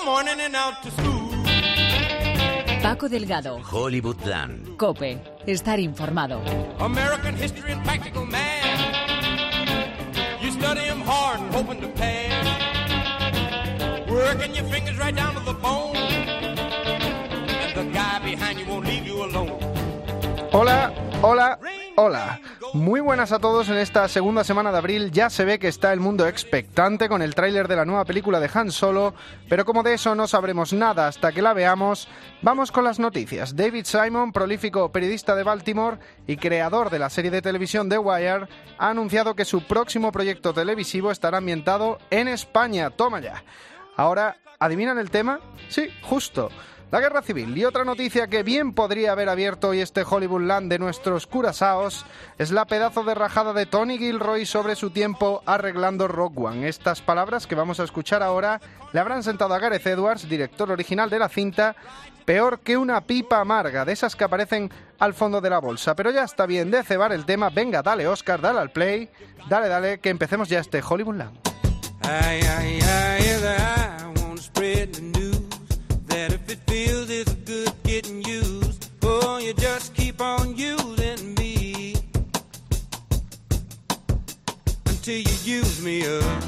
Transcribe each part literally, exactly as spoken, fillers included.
morning and out to school. Paco Delgado. Hollywoodland. COPE. Estar informado. American history and practical math. You study them hard and hoping to pass. Working your fingers right down to the bone. And the guy behind you won't leave you alone. Hola, hola, hola. Muy buenas a todos. En esta segunda semana de abril ya se ve que está el mundo expectante con el tráiler de la nueva película de Han Solo, pero como de eso no sabremos nada hasta que la veamos, vamos con las noticias. David Simon, prolífico periodista de Baltimore y creador de la serie de televisión The Wire, ha anunciado que su próximo proyecto televisivo estará ambientado en España. Toma ya. Ahora, ¿adivinan el tema? Sí, justo. La guerra civil. Y otra noticia que bien podría haber abierto hoy este Hollywoodland de nuestros curasaos es la pedazo de rajada de Tony Gilroy sobre su tiempo arreglando Rogue One. Estas palabras que vamos a escuchar ahora le habrán sentado a Gareth Edwards, director original de la cinta, peor que una pipa amarga, de esas que aparecen al fondo de la bolsa. Pero ya está bien de cebar el tema. Venga, dale Oscar, dale al play, dale, dale, que empecemos ya este Hollywoodland. Ay, ay, ay, I won't spread the news. That if it feels it's good getting used, oh, you just keep on using me until you use me up.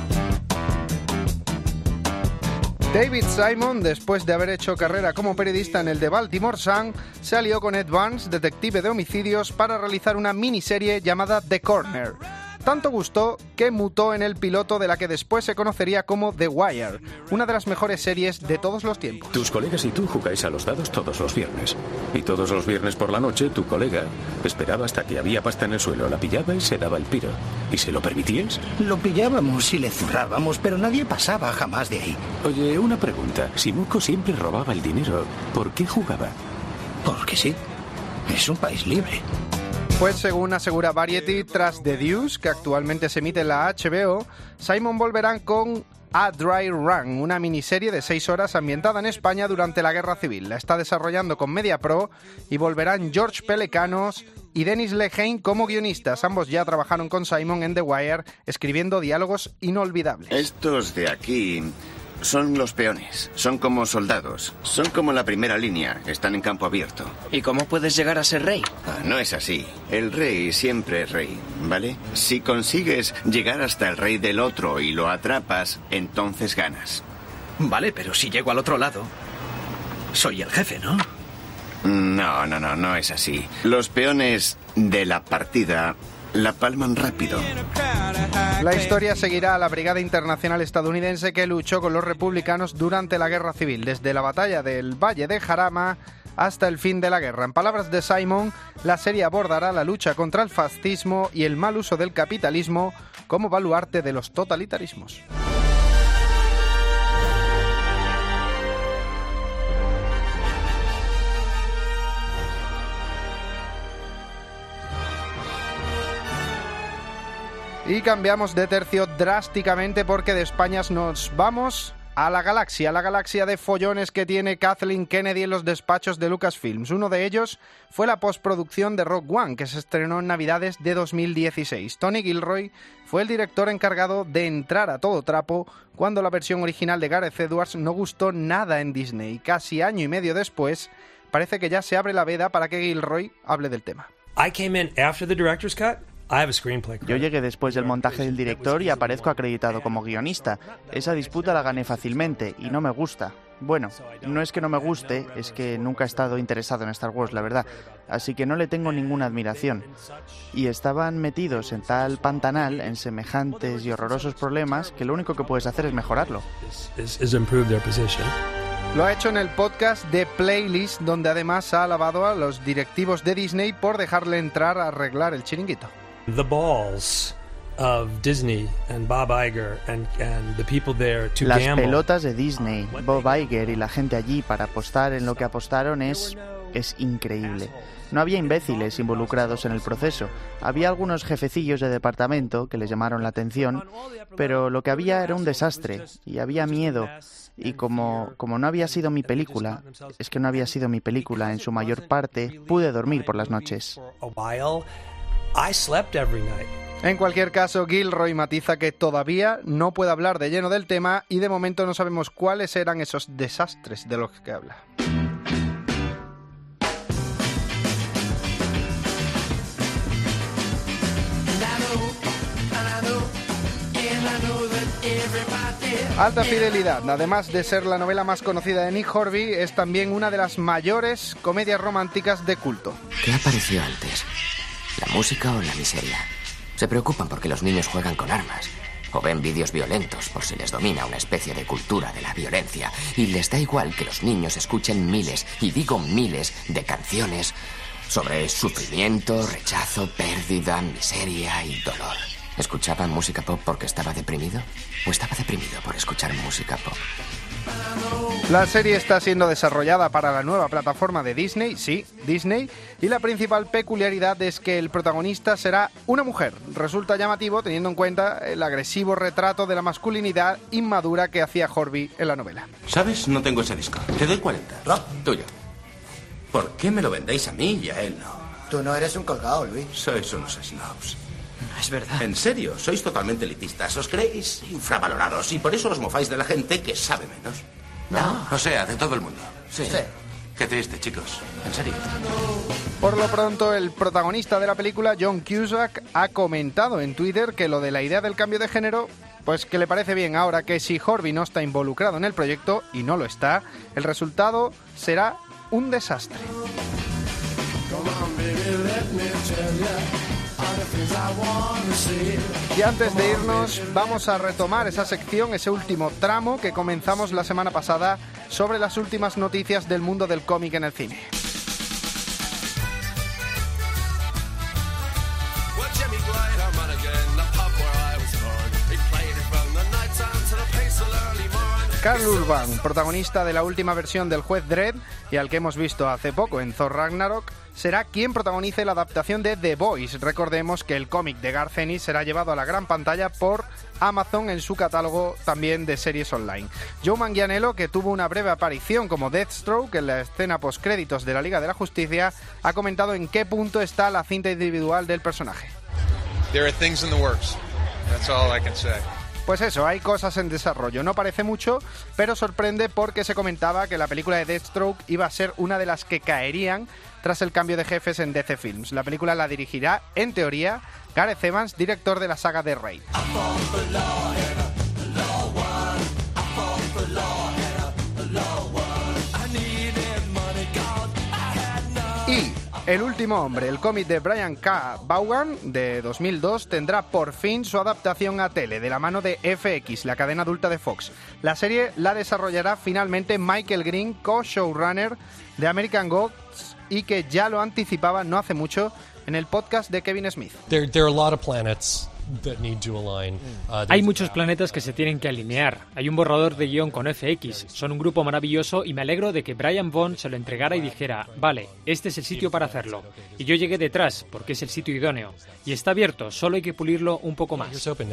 David Simon, después de haber hecho carrera como periodista en el The Baltimore Sun, se alió con Ed Vance, detective de homicidios, para realizar una miniserie llamada The Corner. Tanto gustó que mutó en el piloto de la que después se conocería como The Wire, una de las mejores series de todos los tiempos. Tus colegas y tú jugáis a los dados todos los viernes. Y todos los viernes por la noche tu colega esperaba hasta que había pasta en el suelo, la pillaba y se daba el piro. ¿Y se lo permitías? Lo pillábamos y le zurrábamos, pero nadie pasaba jamás de ahí. Oye, una pregunta. Si Muco siempre robaba el dinero, ¿por qué jugaba? Porque sí. Es un país libre. Pues según asegura Variety, tras The Deuce, que actualmente se emite en la H B O, Simon volverán con A Dry Run, una miniserie de seis horas ambientada en España durante la Guerra Civil. La está desarrollando con MediaPro y volverán George Pelecanos y Dennis Lehane como guionistas. Ambos ya trabajaron con Simon en The Wire, escribiendo diálogos inolvidables. Estos de aquí son los peones. Son como soldados. Son como la primera línea. Están en campo abierto. ¿Y cómo puedes llegar a ser rey? Ah, no es así. El rey siempre es rey, ¿vale? Si consigues llegar hasta el rey del otro y lo atrapas, entonces ganas. Vale, pero si llego al otro lado, soy el jefe, ¿no? No, no, no, no es así. Los peones de la partida la palman rápido. La historia seguirá a la Brigada Internacional estadounidense que luchó con los republicanos durante la Guerra Civil, desde la batalla del Valle de Jarama hasta el fin de la guerra. En palabras de Simon, la serie abordará la lucha contra el fascismo y el mal uso del capitalismo como baluarte de los totalitarismos. Y cambiamos de tercio drásticamente porque de España nos vamos a la galaxia, la galaxia de follones que tiene Kathleen Kennedy en los despachos de Lucasfilms. Uno de ellos fue la postproducción de Rogue One, que se estrenó en Navidades de dos mil dieciséis. Tony Gilroy fue el director encargado de entrar a todo trapo cuando la versión original de Gareth Edwards no gustó nada en Disney. Casi año y medio después, parece que ya se abre la veda para que Gilroy hable del tema. I came in after the director's cut. Yo llegué después del montaje del director y aparezco acreditado como guionista. Esa disputa la gané fácilmente y no me gusta. Bueno, no es que no me guste, es que nunca he estado interesado en Star Wars, la verdad. Así que no le tengo ninguna admiración. Y estaban metidos en tal pantanal, en semejantes y horrorosos problemas, que lo único que puedes hacer es mejorarlo. Lo ha hecho en el podcast de Playlist, donde además ha alabado a los directivos de Disney por dejarle entrar a arreglar el chiringuito. The balls of Disney and Bob Iger and, and the people there to Las gamble. pelotas de Disney, Bob Iger y la gente allí para apostar en lo que apostaron es, es increíble. No había imbéciles involucrados en el proceso. Había algunos jefecillos de departamento que les llamaron la atención, pero lo que había era un desastre y había miedo. Y como, como no había sido mi película, es que no había sido mi película en su mayor parte, pude dormir por las noches. I slept every night. En cualquier caso, Gilroy matiza que todavía no puede hablar de lleno del tema y de momento no sabemos cuáles eran esos desastres de los que habla. Alta Fidelidad, además de ser la novela más conocida de Nick Hornby, es también una de las mayores comedias románticas de culto. ¿Qué apareció antes? ¿La música o la miseria? Se preocupan porque los niños juegan con armas o ven vídeos violentos por si les domina una especie de cultura de la violencia y les da igual que los niños escuchen miles, y digo miles, de canciones sobre sufrimiento, rechazo, pérdida, miseria y dolor. ¿Escuchaba música pop porque estaba deprimido? ¿O estaba deprimido por escuchar música pop? La serie está siendo desarrollada para la nueva plataforma de Disney, sí, Disney, y la principal peculiaridad es que el protagonista será una mujer. Resulta llamativo teniendo en cuenta el agresivo retrato de la masculinidad inmadura que hacía Hornby en la novela. ¿Sabes? No tengo ese disco. Te doy cuarenta. Rob. Tuyo. ¿Por qué me lo vendéis a mí y a él no? Tú no eres un colgado, Luis. Sois unos snobs. Es verdad. En serio, sois totalmente elitistas. Os creéis infravalorados y por eso os mofáis de la gente que sabe menos. No. O sea, de todo el mundo. Sí. Sí. Qué triste, chicos. En serio. Por lo pronto, el protagonista de la película, John Cusack, ha comentado en Twitter que lo de la idea del cambio de género, pues que le parece bien ahora, que si Hornby no está involucrado en el proyecto, y no lo está, el resultado será un desastre. Y antes de irnos, vamos a retomar esa sección, ese último tramo que comenzamos la semana pasada sobre las últimas noticias del mundo del cómic en el cine. Karl Urban, protagonista de la última versión del Juez Dredd y al que hemos visto hace poco en Thor Ragnarok, será quien protagonice la adaptación de The Boys. Recordemos que el cómic de Garth Ennis será llevado a la gran pantalla por Amazon en su catálogo también de series online. Joe Manganiello, que tuvo una breve aparición como Deathstroke en la escena postcréditos de la Liga de la Justicia, ha comentado en qué punto está la cinta individual del personaje. There are things in the works. That's all I can say. Pues eso, hay cosas en desarrollo. No parece mucho, pero sorprende porque se comentaba que la película de Deathstroke iba a ser una de las que caerían tras el cambio de jefes en D C Films. La película la dirigirá, en teoría, Gareth Evans, director de la saga de Raid. Y El último hombre, el cómic de Brian K. Vaughan de dos mil dos, tendrá por fin su adaptación a tele de la mano de F X, la cadena adulta de Fox. La serie la desarrollará finalmente Michael Green, co-showrunner de American Gods, y que ya lo anticipaba no hace mucho en el podcast de Kevin Smith. There, there are a lot of planets that need to align. Uh, Hay muchos planetas que se tienen que alinear. Hay un borrador de guión con F X. Son un grupo maravilloso y me alegro de que Brian Vaughan se lo entregara y dijera, vale, este es el sitio para hacerlo. Y yo llegué detrás, porque es el sitio idóneo. Y está abierto, solo hay que pulirlo un poco más.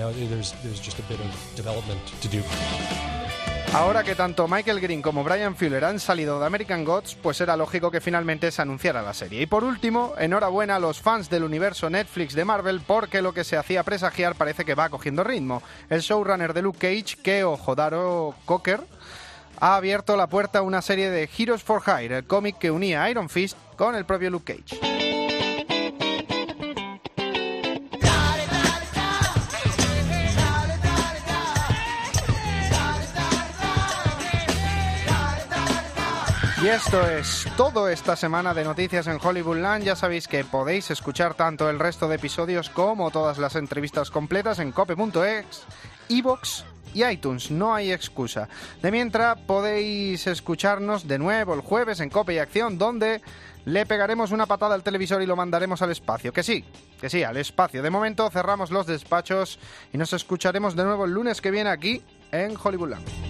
Ahora que tanto Michael Green como Brian Fuller han salido de American Gods, pues era lógico que finalmente se anunciara la serie. Y por último, enhorabuena a los fans del universo Netflix de Marvel, porque lo que se hacía presagiar parece que va cogiendo ritmo. El showrunner de Luke Cage, Keo Jodaro Cocker, ha abierto la puerta a una serie de Heroes for Hire, el cómic que unía a Iron Fist con el propio Luke Cage. Y esto es todo esta semana de Noticias en Hollywoodland. Ya sabéis que podéis escuchar tanto el resto de episodios como todas las entrevistas completas en cope punto es, iVoox y iTunes. No hay excusa. De mientras, podéis escucharnos de nuevo el jueves en Cope y Acción, donde le pegaremos una patada al televisor y lo mandaremos al espacio. Que sí, que sí, al espacio. De momento cerramos los despachos y nos escucharemos de nuevo el lunes que viene aquí en Hollywoodland.